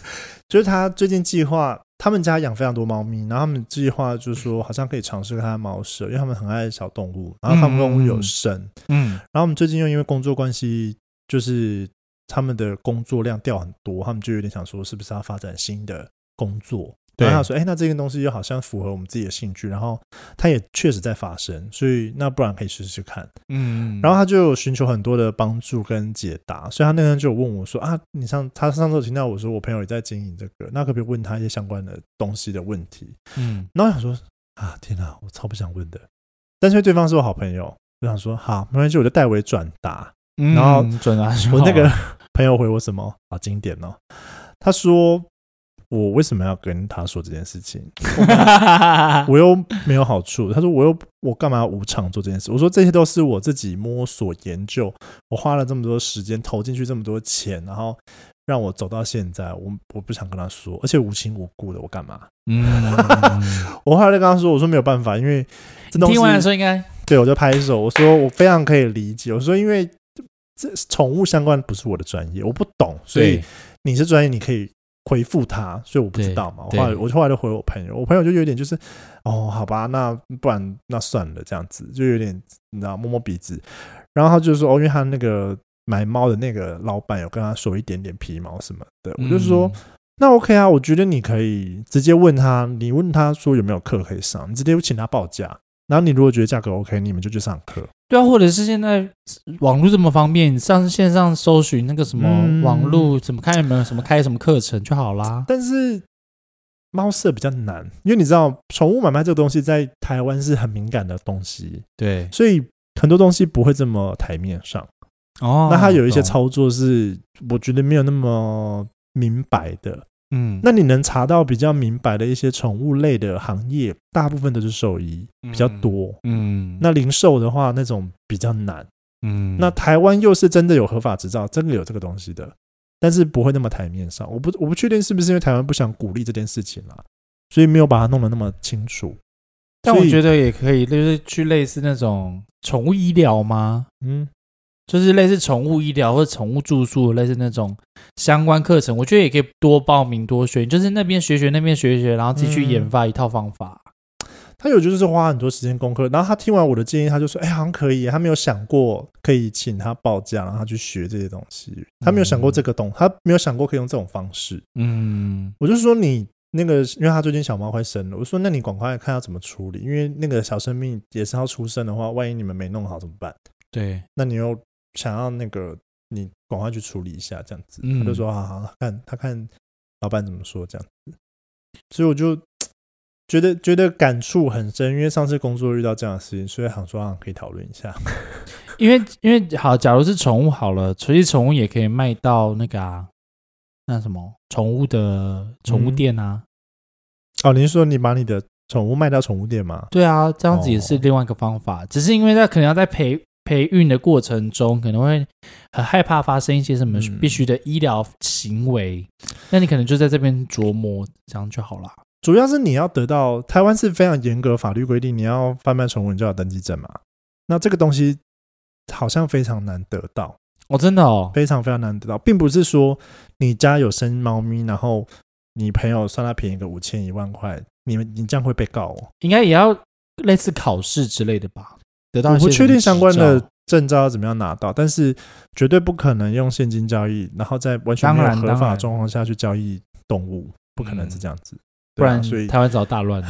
就是他最近计划，他们家养非常多猫咪，然后他们计划就是说，好像可以尝试看猫舍，因为他们很爱小动物，然后他们动物有生，嗯，然后我们最近又因为工作关系，就是他们的工作量掉很多，他们就有点想说，是不是要发展新的工作？然后他说：“哎、欸，那这件东西又好像符合我们自己的兴趣，然后它也确实在发生，所以那不然可以试试看。”嗯，然后他就有寻求很多的帮助跟解答，所以他那天就有问我说：“啊，你上他上次有听到我说我朋友也在经营这个，那可不可以问他一些相关的东西的问题？”嗯，然后我想说：“啊，天哪，我超不想问的。”但是因为对方是我好朋友，我想说：“好，没关系，我就代为转达。嗯”然后转达我那个朋友回我什么？好经典哦，他说。我为什么要跟他说这件事情？我, 我又没有好处。他说我又我干嘛要无偿做这件事？我说这些都是我自己摸索研究，我花了这么多时间投进去这么多钱，然后让我走到现在，我我不想跟他说，而且无亲无故的，我干嘛？嗯，我后来就跟他说，我说没有办法，因为这东西听完的时候应该对我就拍手，我说我非常可以理解，我说因为这宠物相关不是我的专业，我不懂，所以你是专业，你可以。回复他，所以我不知道嘛。我后来我后来就回我朋友，我朋友就有点就是，哦，好吧，那不然那算了，这样子就有点你知道摸摸鼻子。然后他就说，哦，因为他那个买猫的那个老板有跟他说一点点皮毛什么的，嗯、我就说那 OK 啊，我觉得你可以直接问他，你问他说有没有课可以上，你直接请他报价。然后你如果觉得价格 OK， 你们就去上课。 对啊，或者是现在网络这么方便，上线上搜寻那个什么网络怎么看有没有什么开什么课程就好啦。 但是猫舍比较难，因为你知道宠物买卖这个东西在台湾是很敏感的东西， 对， 所以很多东西不会这么台面上。哦，那它有一些操作是我觉得没有那么明白的。嗯，那你能查到比较明白的一些宠物类的行业，大部分都是兽医比较多。嗯，那零售的话，那种比较难。嗯，那台湾又是真的有合法执照，真的有这个东西的，但是不会那么台面上。我不我不确定是不是因为台湾不想鼓励这件事情啦，所以没有把它弄得那么清楚。 但我觉得也可以，就是去类似那种宠物医疗吗？嗯。就是类似宠物医疗或者宠物住宿，类似那种相关课程，我觉得也可以多报名多学，就是那边学学那边学学，然后自己去研发一套方法。 嗯、他有就是花很多时间功课，然后他听完我的建议，他就说：“哎、欸，好像可以。”他没有想过可以请他报价，然后他去学这些东西。他没有想过这个东，他没有想过可以用这种方式。嗯，我就说你那个，因为他最近小猫快生了，我说那你赶快看要怎么处理，因为那个小生命也是要出生的话，万一你们没弄好怎么办？ 对， 那你又。想要那个你赶快去处理一下，这样子，嗯、他就说好好看，他看老板怎么说这样子，所以我就觉得觉得感触很深，因为上次工作遇到这样的事情，所以想说、啊、可以讨论一下。 因为因为好，假如是宠物好了，其实宠物也可以卖到那个啊，那什么宠物的宠物店啊。 嗯、哦，你是说你把你的宠物卖到宠物店吗？ 对啊，这样子也是另外一个方法，哦、只是因为他可能要在陪。培育的过程中可能会很害怕发生一些什么必须的医疗行为，嗯、那你可能就在这边琢磨，这样就好啦。 主要是你要得到台湾是非常严格法律规定，你要贩卖宠物你就要登记证嘛。那这个东西好像非常难得到哦，真的哦， 非常非常难得到，并不是说你家有生猫咪，然后你朋友算他便宜个五千一万块，你你这样会被告哦。 应该也要类似考试之类的吧。 我不确定相关的证照要怎么样拿到，但是绝对不可能用现金交易，然后在完全没有合法的状况下去交易动物，不可能是这样子，嗯啊、 不然所以台湾早大乱。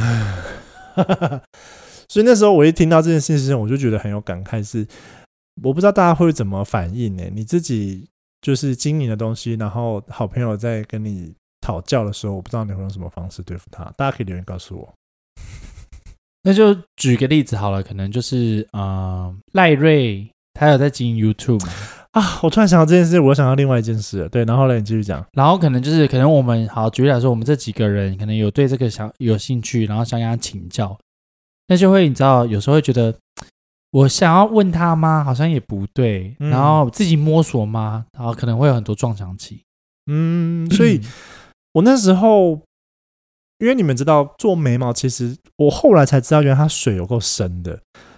所以那时候我一听到这件事情，我就觉得很有感慨是，我不知道大家会怎么反应呢？你自己就是经营的东西，然后好朋友在跟你讨教的时候，我不知道你会用什么方式对付他，大家可以留言告诉我。 那就举个例子好了，可能就是呃赖瑞他有在经营 YouTube 嘛啊，我突然想到这件事，我想到另外一件事了，对，然后呢你继续讲。 然后可能就是可能我们好举例来说，我们这几个人可能有对这个想有兴趣，然后想跟他请教，那就会你知道有时候会觉得我想要问他吗？好像也不对，嗯、然后自己摸索吗？然后可能会有很多撞墙期。 嗯，所以我那时候。因为你们知道做眉毛，其实我后来才知道，原来它水有够深的。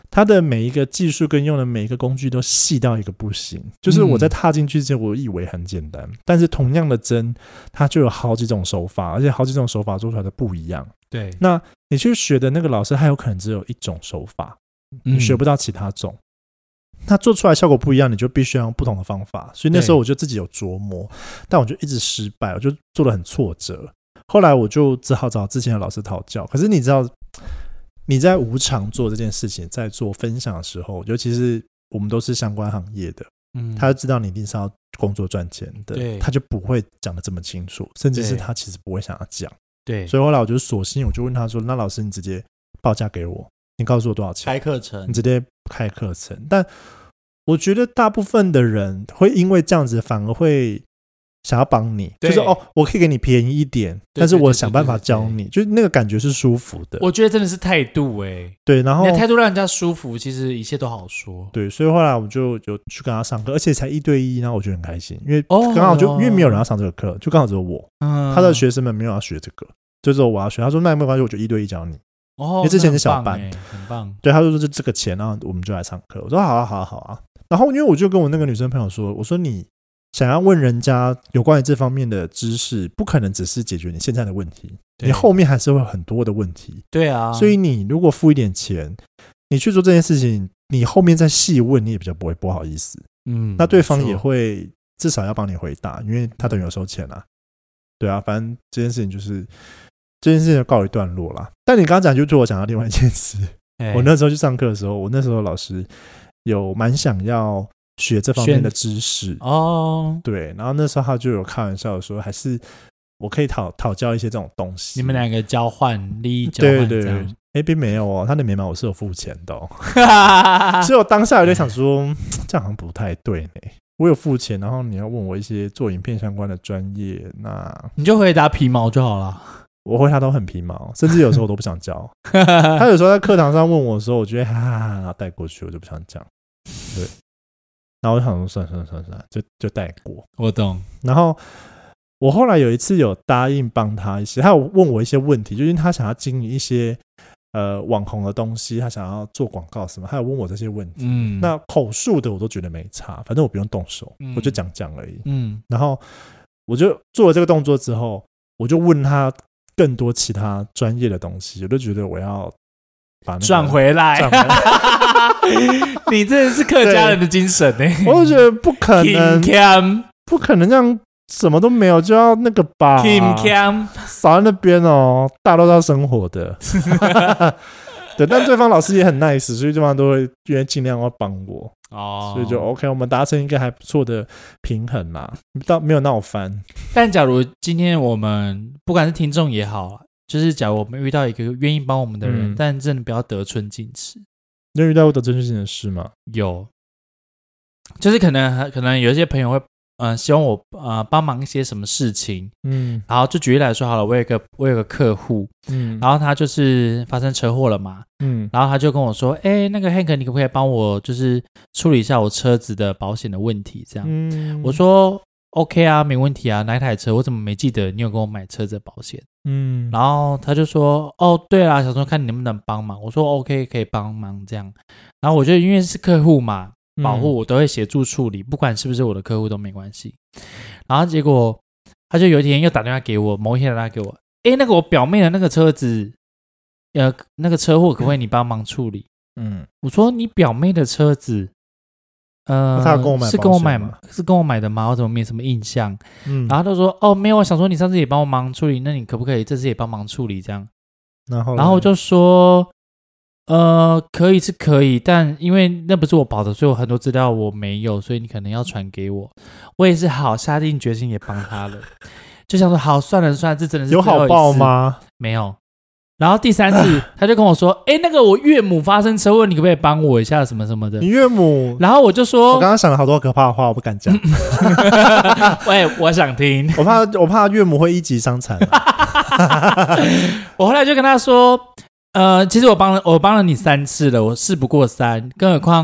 它的每一个技术跟用的每一个工具都细到一个不行，就是我在踏进去之前我以为很简单、嗯、但是同样的针它就有好几种手法，而且好几种手法做出来的不一样。 对， 那你去学的那个老师他有可能只有一种手法，你学不到其他种、嗯、那做出来效果不一样，你就必须要用不同的方法。所以那时候我就自己有琢磨，但我就一直失败，我就做得很挫折。后来我就只好找之前的老师讨教。可是你知道你在无偿做这件事情，在做分享的时候，尤其是我们都是相关行业的、嗯、他就知道你一定是要工作赚钱的，他就不会讲得这么清楚，甚至是他其实不会想要讲。对，所以后来我就索性我就问他说，那老师你直接报价给我，你告诉我多少钱， 开课程， 你直接开课程。但我觉得大部分的人会因为这样子反而会想要帮你，就是哦，我可以给你便宜一点，但是我想办法教你，就是那个感觉是舒服的。 我觉得真的是态度哎、欸， 对，然后你的态度让人家舒服，其实一切都好说。 对，所以后来我就有去跟他上课，而且才一对一，然后我觉得很开心，因为刚好就、哦、因为没有人要上这个课，就刚好只有我、嗯，他的学生们没有要学这个，就只有我要学。他说那没有关系，我就一对一教你。哦，因为之前是小班， 很棒，很棒。 对，他就说就这个钱，然后我们就来上课。我说好啊，好啊，好啊。然后因为我就跟我那个女生朋友说，我说你想要问人家有关于这方面的知识，不可能只是解决你现在的问题，你后面还是会有很多的问题。 对啊， 所以你如果付一点钱，你去做这件事情，你后面再细问，你也比较不会不好意思。嗯，那对方也会至少要帮你回答，因为他等于有收钱啊。对啊，反正这件事情就是这件事情就告一段落啦。但你刚刚讲就对我讲到另外一件事，我那时候去上课的时候，我那时候老师有蛮想要学这方面的知识哦，对，然后那时候他就有开玩笑说，还是我可以讨讨教一些这种东西， 你们两个交换利益交换，对对对， 哎，并没有哦，他的眉毛我是有付钱的、哦，所以我当下有点想说，这样好像不太对呢。我有付钱，然后你要问我一些做影片相关的专业，那你就回答皮毛就好了。 我回答都很皮毛，甚至有时候我都不想教。他有时候在课堂上问我的时候，我觉得哈哈哈，然后带过去，我就不想讲。对。然后我就想说算了算了算了算了，就就带过。 我懂。 然后我后来有一次有答应帮他一些，他有问我一些问题，就是他想要经营一些呃网红的东西，他想要做广告什么，他有问我这些问题。嗯，那口述的我都觉得没差，反正我不用动手，嗯、我就讲讲而已。嗯，然后我就做了这个动作之后，我就问他更多其他专业的东西，我就觉得我要把那个转回来。转回来你真的是客家人的精神呢、欸！ 我就觉得不可能，不可能这样什么都没有就要那个吧？少在那边哦，大家都要生活的。对，但对方老师也很 nice， 所以对方都会愿意尽量要帮我哦，所以就 OK， 我们达成一个还不错的平衡啦，到没有闹翻。 但假如今天我们不管是听众也好，就是假如我们遇到一个愿意帮我们的人，嗯、但真的不要得寸进尺。 你有遇到过得寸进尺的事吗？ 有，就是可能可能有一些朋友会呃希望我呃帮忙一些什么事情，嗯，然后就举例来说好了，我有一个我有个客户，嗯，然后他就是发生车祸了嘛，嗯，然后他就跟我说，哎，那个 Hank 你可不可以帮我就是处理一下我车子的保险的问题？这样，嗯，我说 OK 啊，没问题啊，哪一台车？我怎么没记得你有跟我买车子的保险？嗯，然后他就说，哦，对啦，想说看你能不能帮忙。我说 OK， 可以帮忙这样。然后我觉得因为是客户嘛，保护我都会协助处理，不管是不是我的客户都没关系。然后结果他就有一天又打电话给我，某一天打电话给我，诶，那个我表妹的那个车子，呃，那个车祸可不可以你帮忙处理？嗯，我说你表妹的车子。呃， 他跟我买是跟我买吗？是跟我买的吗？我怎么没什么印象？嗯，然后他就说，哦，没有，我想说你上次也帮我忙处理，那你可不可以这次也帮忙处理这样？ 然后， 然后我就说，呃，可以是可以，但因为那不是我保的，所以我很多资料我没有，所以你可能要传给我。我也是好下定决心也帮他了，就想说好算了算了，这真的是有好报吗？ 没有。然后第三次他就跟我说，哎，那个我岳母发生车祸，你可不可以帮我一下什么什么的？ 你岳母？ 然后我就说， 我刚刚想了好多可怕的话，我不敢讲。 喂，我想听。 我怕我怕岳母会一级伤残、啊。 我后来就跟他说，呃，其实我帮了我帮了你三次了，我事不过三，更何况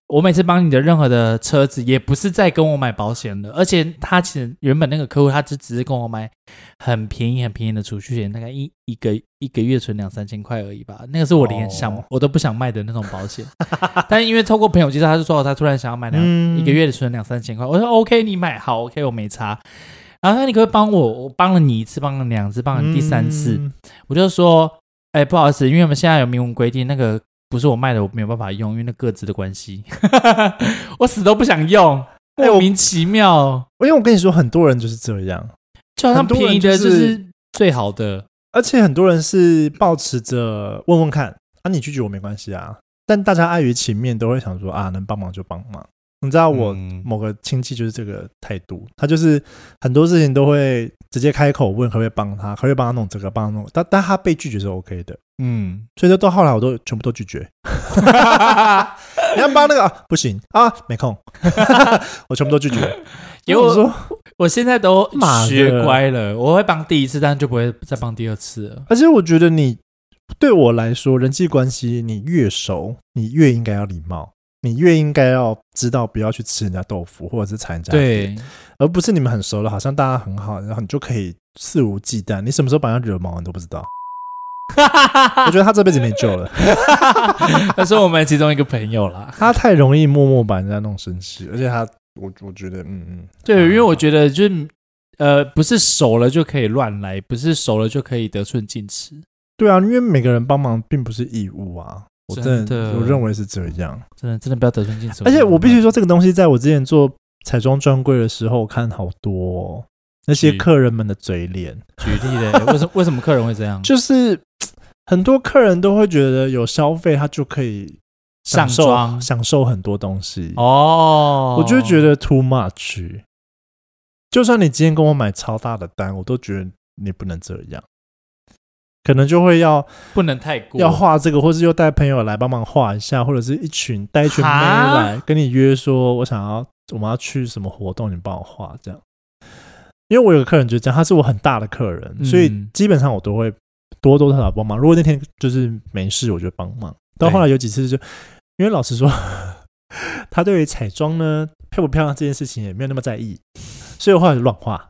我每次帮你的任何的车子，也不是在跟我买保险的，而且他其实原本那个客户，他就只是跟我买很便宜、很便宜的储蓄险，大概一一个一个月存两三千块而已吧。那个是我连想、哦、我都不想卖的那种保险，但因为透过朋友介绍，他就说他突然想要买两、嗯、一个月的存两三千块，我说 OK， 你买好 OK， 我没差。然后他说你可不可以帮我？我帮了你一次，帮了两次，帮了你第三次，嗯、我就说，哎，不好意思，因为我们现在有明文规定，那个。不是我卖的，我没有办法用，因为那个资的关系，我死都不想用，莫名其妙。 因为我跟你说，很多人就是这样， 就好像便宜的就是最好的， 而且很多人是抱持着问问看，啊，你拒绝我没关系啊，但大家碍于情面都会想说啊，能帮忙就帮忙。你知道我某个亲戚就是这个态度，他就是很多事情都会直接开口问可不可以帮他，可不可以帮他弄这个，帮他弄，但但他被拒绝是 OK 的，嗯，所以到后来我都全部都拒绝。你要帮那个、啊、不行啊，没空，我全部都拒绝。 因为我说我现在都学乖了，我会帮第一次，但就不会再帮第二次了。 而且我觉得你对我来说，人际关系你越熟，你越应该要礼貌。你越应该要知道不要去吃人家豆腐或者是踩人家对， 而不是你们很熟了，好像大家很好，然后你就可以肆无忌惮，你什么时候把人家惹毛你都不知道。我觉得他这辈子没救了。 他是我们其中一个朋友啦， 他太容易默默把人家弄生气，而且他我我觉得嗯嗯， 对，因为我觉得就是呃不是熟了就可以乱来，不是熟了就可以得寸进尺。 对啊，因为每个人帮忙并不是义务啊。我真的我认为是这样， 真的真的不要得寸进尺。 而且我必须说，这个东西在我之前做彩妆专柜的时候，我看好多、哦、那些客人们的嘴脸。 举例嘞，为什么为什么客人会这样？ 就是很多客人都会觉得有消费，他就可以享受上妆享受很多东西哦。 我就觉得 too much。就算你今天跟我买超大的单，我都觉得你不能这样。可能就会要不能太过， 要画这个，或是又带朋友来帮忙画一下，或者是一群带一群妹来跟你约说，我想要我们要去什么活动，你帮我画这样。因为我有个客人就这样，他是我很大的客人，嗯、所以基本上我都会多多少少帮忙。如果那天就是没事，我就帮忙。到后来有几次就，因为老实说，他对于彩妆呢漂不漂亮这件事情也没有那么在意，所以我后来就乱画。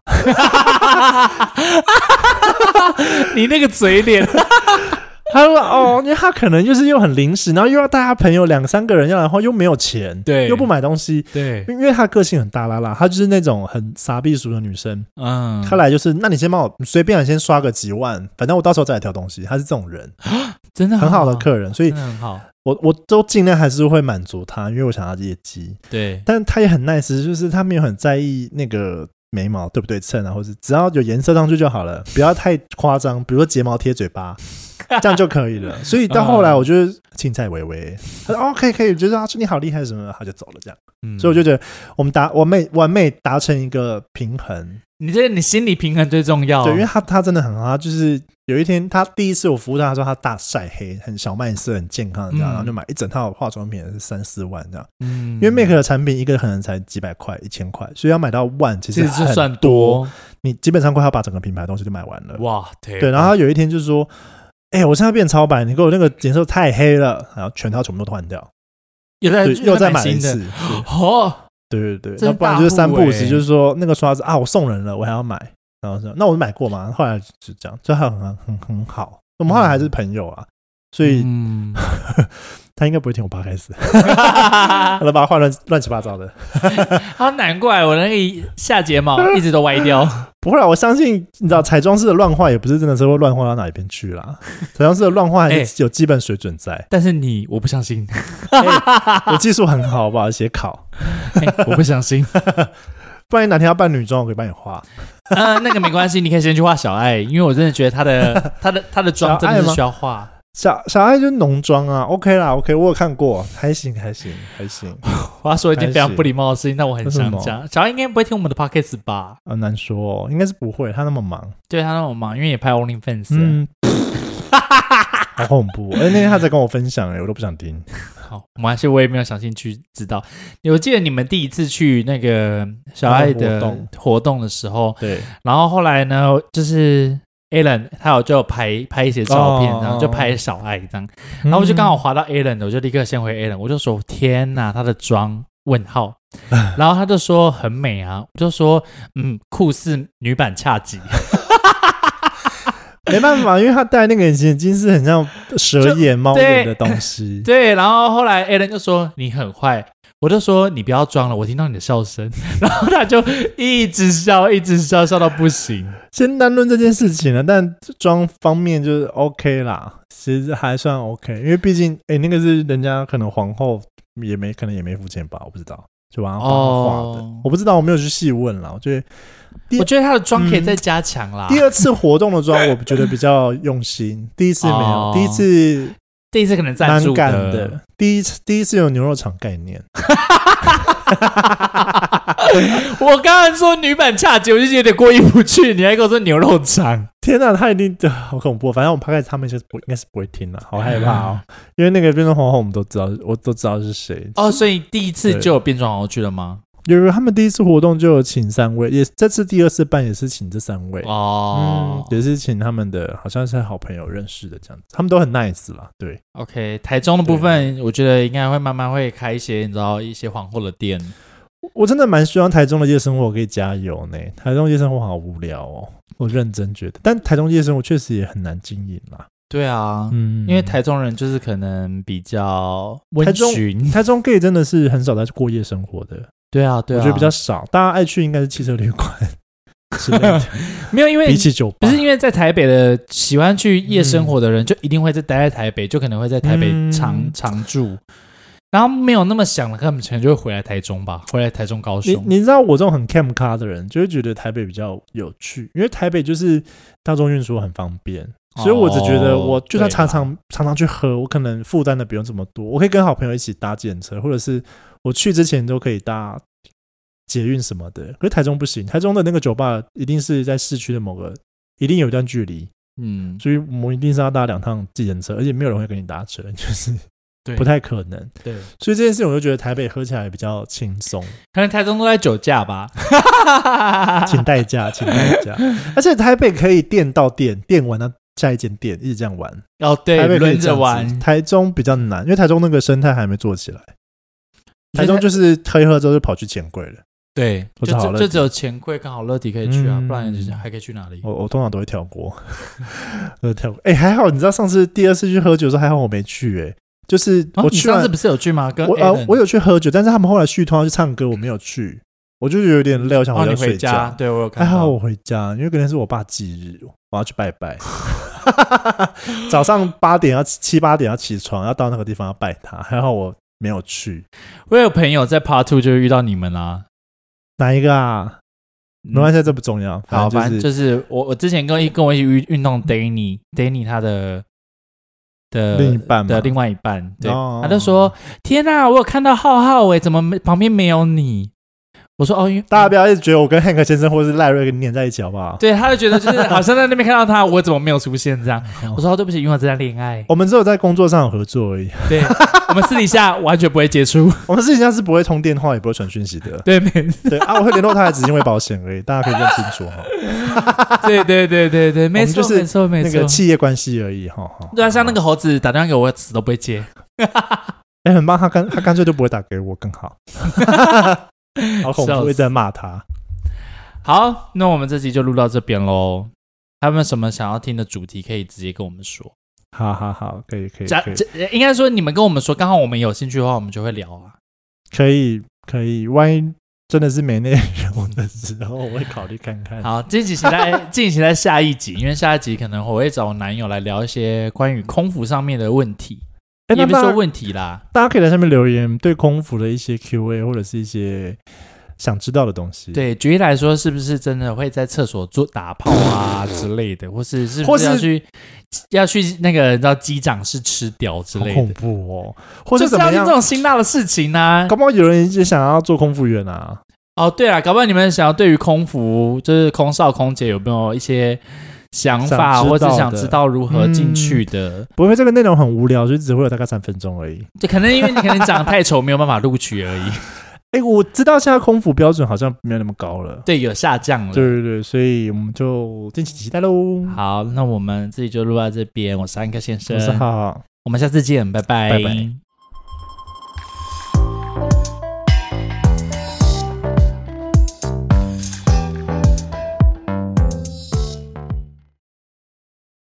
你那个嘴脸。 他说哦，因为他可能就是又很临时，然后又要带他朋友两三个人要来的话，又没有钱， 对， 又不买东西， 对， 因为他个性很大啦啦，他就是那种很傻避暑的女生，嗯，他来就是那你先帮我随便先刷个几万，反正我到时候再来挑东西，他是这种人， 真的很, 很好的客人，所以很好， 我我都尽量还是会满足他，因为我想要业绩， 对，但他也很 nice， 就是他没有很在意那个眉毛对不对称啊，或是只要有颜色上去就好了，不要太夸张，比如说睫毛贴嘴巴。这样就可以了，所以到后来我觉得青菜微微，他说哦可以可以，觉得他说你好厉害什么的，他就走了这样，嗯、所以我就觉得我们达完美完美达成一个平衡。 你这你心理平衡最重要， 对，因为他他真的很好，他就是有一天他第一次我服务他，他说他大晒黑，很小麦色，很健康这样，嗯、然后就买一整套化妆品是三四万这样，嗯，因为 Make 的产品一个可能才几百块一千块，所以要买到万其实很多，算多，你基本上快要把整个品牌的东西就买完了，哇，对，然后他有一天就是说。哎、欸，我现在变超白，你给我那个颜色太黑了，然后全套全部都换掉， 又再又再买一次，哦，对对对，要、欸、不然就是三不五时，就是说那个刷子啊，我送人了，我还要买，然后说那我买过嘛，后来就这样，就很很很很好，我们后来还是朋友啊，所以、嗯、他应该不会听我爸开始，他都把它换乱乱七八糟的， 好难怪我那个下睫毛一直都歪掉。 不会啦，我相信你知道彩妆师的乱画也不是真的是会乱画到哪一边去啦。彩妆师的乱画还是有基本水准在。欸、 但是你，我不相信。 欸、我技术很好吧，写考。 欸、我不相信。 不然你哪天要扮女装，我可以帮你画。 呃，那个没关系，你可以先去画小爱，因为我真的觉得她的她的她的妆真的是需要画。 小小爱就是浓妆啊 ，OK 啦 ，OK， 我有看过，还行还行还行。 我要说一件非常不礼貌的事情，但我很想讲，小爱应该不会听我们的 podcast 吧？ 很难说、哦，应该是不会，他那么忙。 对他那么忙，因为也拍 OnlyFans。嗯， 好恐怖！哎、欸，那天他在跟我分享、欸，哎，我都不想听。 好，没关系，我也没有想兴趣知道。我记得你们第一次去那个小爱的活动的时候， 对， 然后后来呢，就是。 Alan 他有就拍拍一些照片，这样、 哦、 就拍小爱这样，然后我就刚好滑到 Alan 的，我就立刻先回 Alan， 我就说天哪，他的妆问号，然后他就说很美啊，我就说嗯酷似女版恰吉。 没办法，因为他戴那个隐形眼镜是很像蛇眼猫眼的东西。 对，然后后来 Alan 就说你很坏，我就说你不要装了，我听到你的笑声，然后他就一直笑，一直笑，笑到不行。 先单论这件事情了，但装方面就是 OK 啦，其实还算 OK， 因为毕竟哎、欸，那个是人家可能皇后也没可能也没付钱吧，我不知道，就帮他画的、哦，我不知道，我没有去细问啦，我觉得。 我觉得他的妆可以再加强啦、 嗯。第二次活动的妆，我觉得比较用心。第一次没有，哦、第一次第一次可能赞助的， 蛮的。第一次第一次有牛肉肠概念。 我刚才说女版恰吉，我就有点过意不去，你还跟我说牛肉肠。 天哪，他一定好恐怖。反正我们 Podcast 他们就是不应该是不会听了，好害怕哦。因为那个变装皇后我们都知道，我都知道是谁。 哦，所以第一次就有变装皇后去了吗？ 有，他们第一次活动就有请三位，也这次第二次办也是请这三位哦、嗯，也是请他们的好像是好朋友认识的这样子，他们都很 nice 啦。对 ，OK， 台中的部分我觉得应该会慢慢会开一些，你知道一些皇后的店。 我真的蛮希望台中的夜生活可以加油呢，台中夜生活好无聊哦，我认真觉得，但台中夜生活确实也很难经营啦。 对啊，嗯，因为台中人就是可能比较温驯， 台中 gay 真的是很少在过夜生活的。 对啊，对啊， 我觉得比较少，大家爱去应该是汽车旅馆之类的。 没有，因为比起酒吧， 不是因为在台北的喜欢去夜生活的人，就一定会在待在台北，就可能会在台北常、嗯、常住。然后没有那么想的，他们可能就会回来台中吧，回来台中高雄。 你, 你知道我这种很 cam 咖的人，就会觉得台北比较有趣，因为台北就是大众运输很方便。所以我只觉得，我就算常常、哦、常常去喝，我可能负担的不用这么多。我可以跟好朋友一起搭计程车，或者是我去之前都可以搭捷运什么的。可是台中不行，台中的那个酒吧一定是在市区的某个，一定有一段距离，嗯，所以我们一定是要搭两趟计程车，而且没有人会跟你搭车，就是不太可能。 对， 所以这件事情我就觉得台北喝起来比较轻松， 可能台中都在酒驾吧， 请代驾，请代驾。而且台北可以店到店，店完了。下一间店一直这样玩哦，对，轮着玩。 台中比较难，因为台中那个生态还没做起来。台中就是喝一喝之后就跑去钱柜了， 对，就就就只有钱柜跟好乐迪可以去啊，嗯、不然还可以去哪里？ 我我通常都会跳过，都跳过。哎、欸，还好，你知道上次第二次去喝酒的时候，还好我没去、欸，哎，就是我去、 哦、你上次不是有去吗？跟我、呃、我有去喝酒，但是他们后来续通要去唱歌，我没有去。我就有点累，我想回家睡觉。 哦、对，我有看到。 还好我回家，因为可能是我爸忌日，我要去拜拜。早上八点要七八点要起床，要到那个地方要拜他。还好我没有去。 我有朋友在 Part Two 就遇到你们啦。 哪一个啊？没关系，这不重要。 好，反正就是我，我之前跟跟我一起运动 Danny Danny 他的的另一半的另外一半，对，哦、他就说：“天哪、啊，我有看到浩浩哎，怎么旁边没有你？”我说哦，因为大家不要一直觉得我跟 Hank 先生或是赖瑞黏在一起好不好？ 对，他就觉得就是好像在那边看到他，我怎么没有出现这样？我说、哦、对不起，因为我正在恋爱。 我们只有在工作上有合作而已。 对，我们私底下完全不会接触。 我们私底下是不会通电话，也不会传讯息的。 对，没对啊，我会联络他的只是因为保险而已，大家可以认清楚哈。 对对对对对，没错， 就是没错没错， 那个企业关系而已哈。 对啊，像那个猴子打电话给我，死都不会接。 哎、欸，很棒，他干他干脆就不会打给我，更好。好恐怖，一直在骂他。 好，那我们这集就录到这边咯。还有没有什么想要听的主题可以直接跟我们说？ 好好好，可以可以可以。 应该说你们跟我们说，刚好我们有兴趣的话，我们就会聊啊。 可以可以，万一真的是没内容的时候，我会考虑看看。 好，敬请期待，敬请期待下一集，因为下一集可能我会找我男友来聊一些关于空服上面的问题。欸、也不是说问题啦， 大家可以在下面留言，对空服的一些 Q A 或者是一些想知道的东西。 对，举例来说，是不是真的会在厕所做打炮啊之类的，或是是不是要去要去那个你知道机长室吃屌之类的？ 好恐怖哦！或者就是要去这种辛辣的事情啊！ 搞不好有人也想要做空服员啊！ 哦，对啊，搞不好你们想要对于空服，就是空少空姐有没有一些想法，或者想知道如何进去的、嗯、 不会这个内容很无聊，就只会有大概三分钟而已， 就可能因为你可能长得太丑没有办法录取而已。 哎、欸，我知道现在空服标准好像没有那么高了， 对，有下降了。 对对对，所以我们就敬请期待喽。 好，那我们自己就录到这边。我是安克先生， 我是浩浩， 我们下次见，拜拜。 拜拜。